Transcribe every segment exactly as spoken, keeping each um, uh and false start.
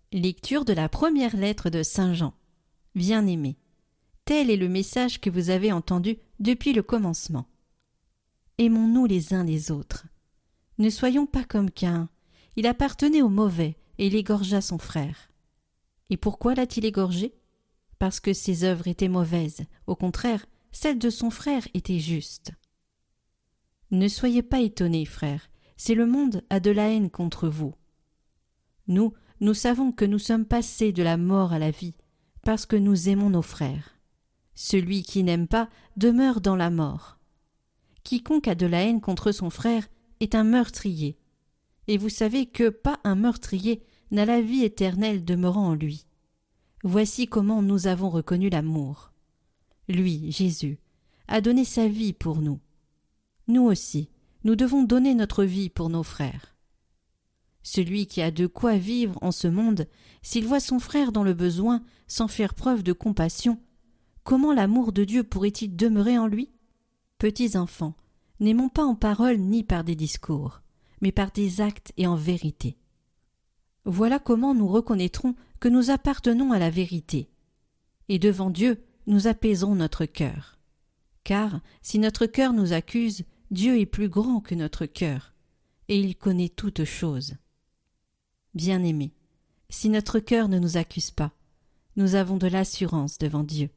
Lecture de la première lettre de saint Jean. Bien-aimés, tel est le message que vous avez entendu depuis le commencement. Aimons-nous les uns les autres. Ne soyons pas comme Caïn. Il appartenait au mauvais et il égorgea son frère. Et pourquoi l'a-t-il égorgé? Parce que ses œuvres étaient mauvaises. Au contraire, celles de son frère étaient justes. Ne soyez pas étonnés, frères, si le monde a de la haine contre vous. Nous, nous savons que nous sommes passés de la mort à la vie, parce que nous aimons nos frères. Celui qui n'aime pas demeure dans la mort. Quiconque a de la haine contre son frère est un meurtrier. Et vous savez que pas un meurtrier n'a la vie éternelle demeurant en lui. Voici comment nous avons reconnu l'amour. Lui, Jésus, a donné sa vie pour nous. Nous aussi, nous devons donner notre vie pour nos frères. Celui qui a de quoi vivre en ce monde, s'il voit son frère dans le besoin sans faire preuve de compassion, comment l'amour de Dieu pourrait-il demeurer en lui? Petits enfants, n'aimons pas en parole ni par des discours, mais par des actes et en vérité. Voilà comment nous reconnaîtrons que nous appartenons à la vérité. Et devant Dieu, nous apaiserons notre cœur. Car si notre cœur nous accuse, Dieu est plus grand que notre cœur, et il connaît toutes choses. Bien-aimés, si notre cœur ne nous accuse pas, nous avons de l'assurance devant Dieu.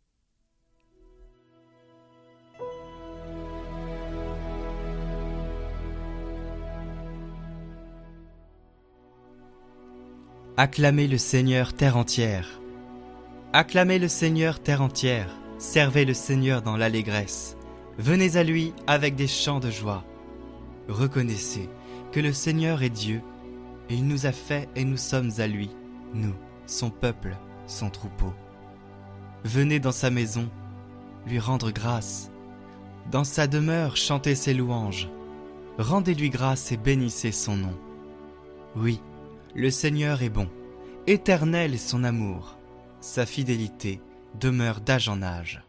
Acclamez le Seigneur terre entière. Acclamez le Seigneur terre entière. Servez le Seigneur dans l'allégresse. Venez à lui avec des chants de joie. Reconnaissez que le Seigneur est Dieu, et il nous a fait et nous sommes à lui, nous, son peuple, son troupeau. Venez dans sa maison, lui rendre grâce. Dans sa demeure, chantez ses louanges. Rendez-lui grâce et bénissez son nom. Oui, le Seigneur est bon, éternel est son amour. Sa fidélité demeure d'âge en âge.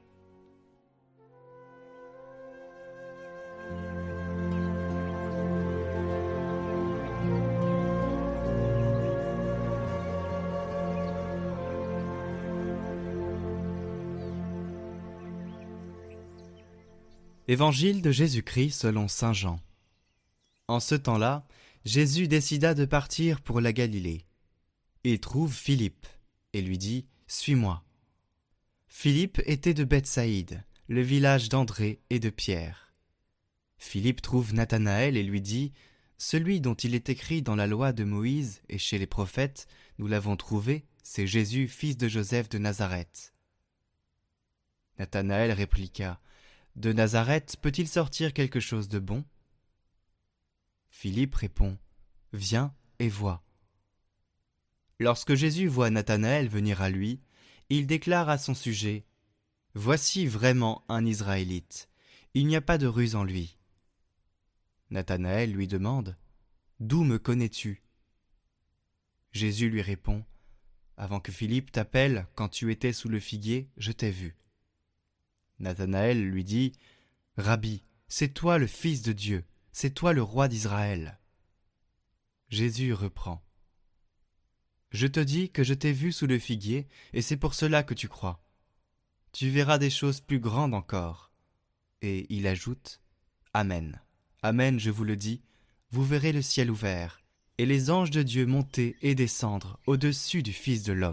Évangile de Jésus-Christ selon saint Jean. En ce temps-là, Jésus décida de partir pour la Galilée. Il trouve Philippe et lui dit « Suis-moi ». Philippe était de Bethsaïde, le village d'André et de Pierre. Philippe trouve Nathanaël et lui dit « Celui dont il est écrit dans la loi de Moïse et chez les prophètes, nous l'avons trouvé, c'est Jésus, fils de Joseph de Nazareth. » Nathanaël répliqua « De Nazareth peut-il sortir quelque chose de bon ?» Philippe répond « Viens et vois. » Lorsque Jésus voit Nathanaël venir à lui, il déclare à son sujet « Voici vraiment un Israélite, il n'y a pas de ruse en lui. » Nathanaël lui demande « D'où me connais-tu » Jésus lui répond « Avant que Philippe t'appelle, quand tu étais sous le figuier, je t'ai vu. » Nathanaël lui dit « Rabbi, c'est toi le Fils de Dieu, c'est toi le roi d'Israël. » Jésus reprend « Je te dis que je t'ai vu sous le figuier, et c'est pour cela que tu crois. Tu verras des choses plus grandes encore. » Et il ajoute « Amen. Amen, je vous le dis, vous verrez le ciel ouvert, et les anges de Dieu monter et descendre au-dessus du Fils de l'homme. »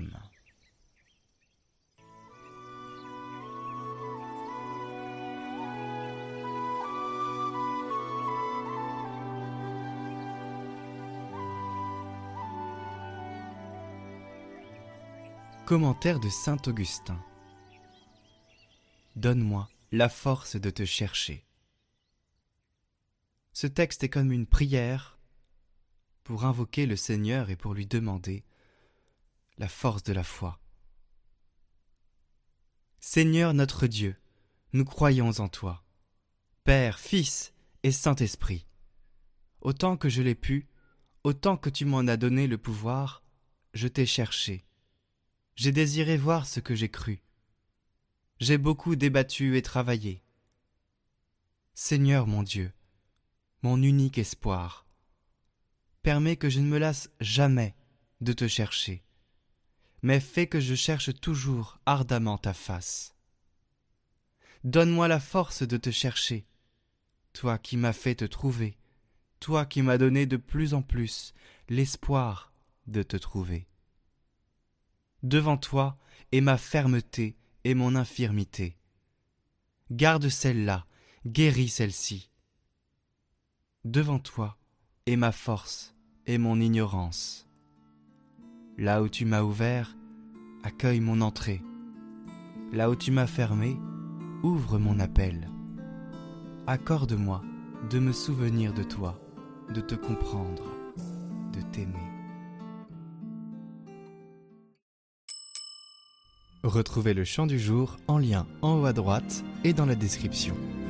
Commentaire de saint Augustin. Donne-moi la force de te chercher. Ce texte est comme une prière pour invoquer le Seigneur et pour lui demander la force de la foi. Seigneur notre Dieu, nous croyons en toi, Père, Fils et Saint-Esprit. Autant que je l'ai pu, autant que tu m'en as donné le pouvoir, je t'ai cherché. J'ai désiré voir ce que j'ai cru. J'ai beaucoup débattu et travaillé. Seigneur mon Dieu, mon unique espoir, permets que je ne me lasse jamais de te chercher, mais fais que je cherche toujours ardemment ta face. Donne-moi la force de te chercher, toi qui m'as fait te trouver, toi qui m'as donné de plus en plus l'espoir de te trouver. Devant toi est ma fermeté et mon infirmité. Garde celle-là, guéris celle-ci. Devant toi est ma force et mon ignorance. Là où tu m'as ouvert, accueille mon entrée. Là où tu m'as fermé, ouvre mon appel. Accorde-moi de me souvenir de toi, de te comprendre, de t'aimer. Retrouvez le chant du jour en lien en haut à droite et dans la description.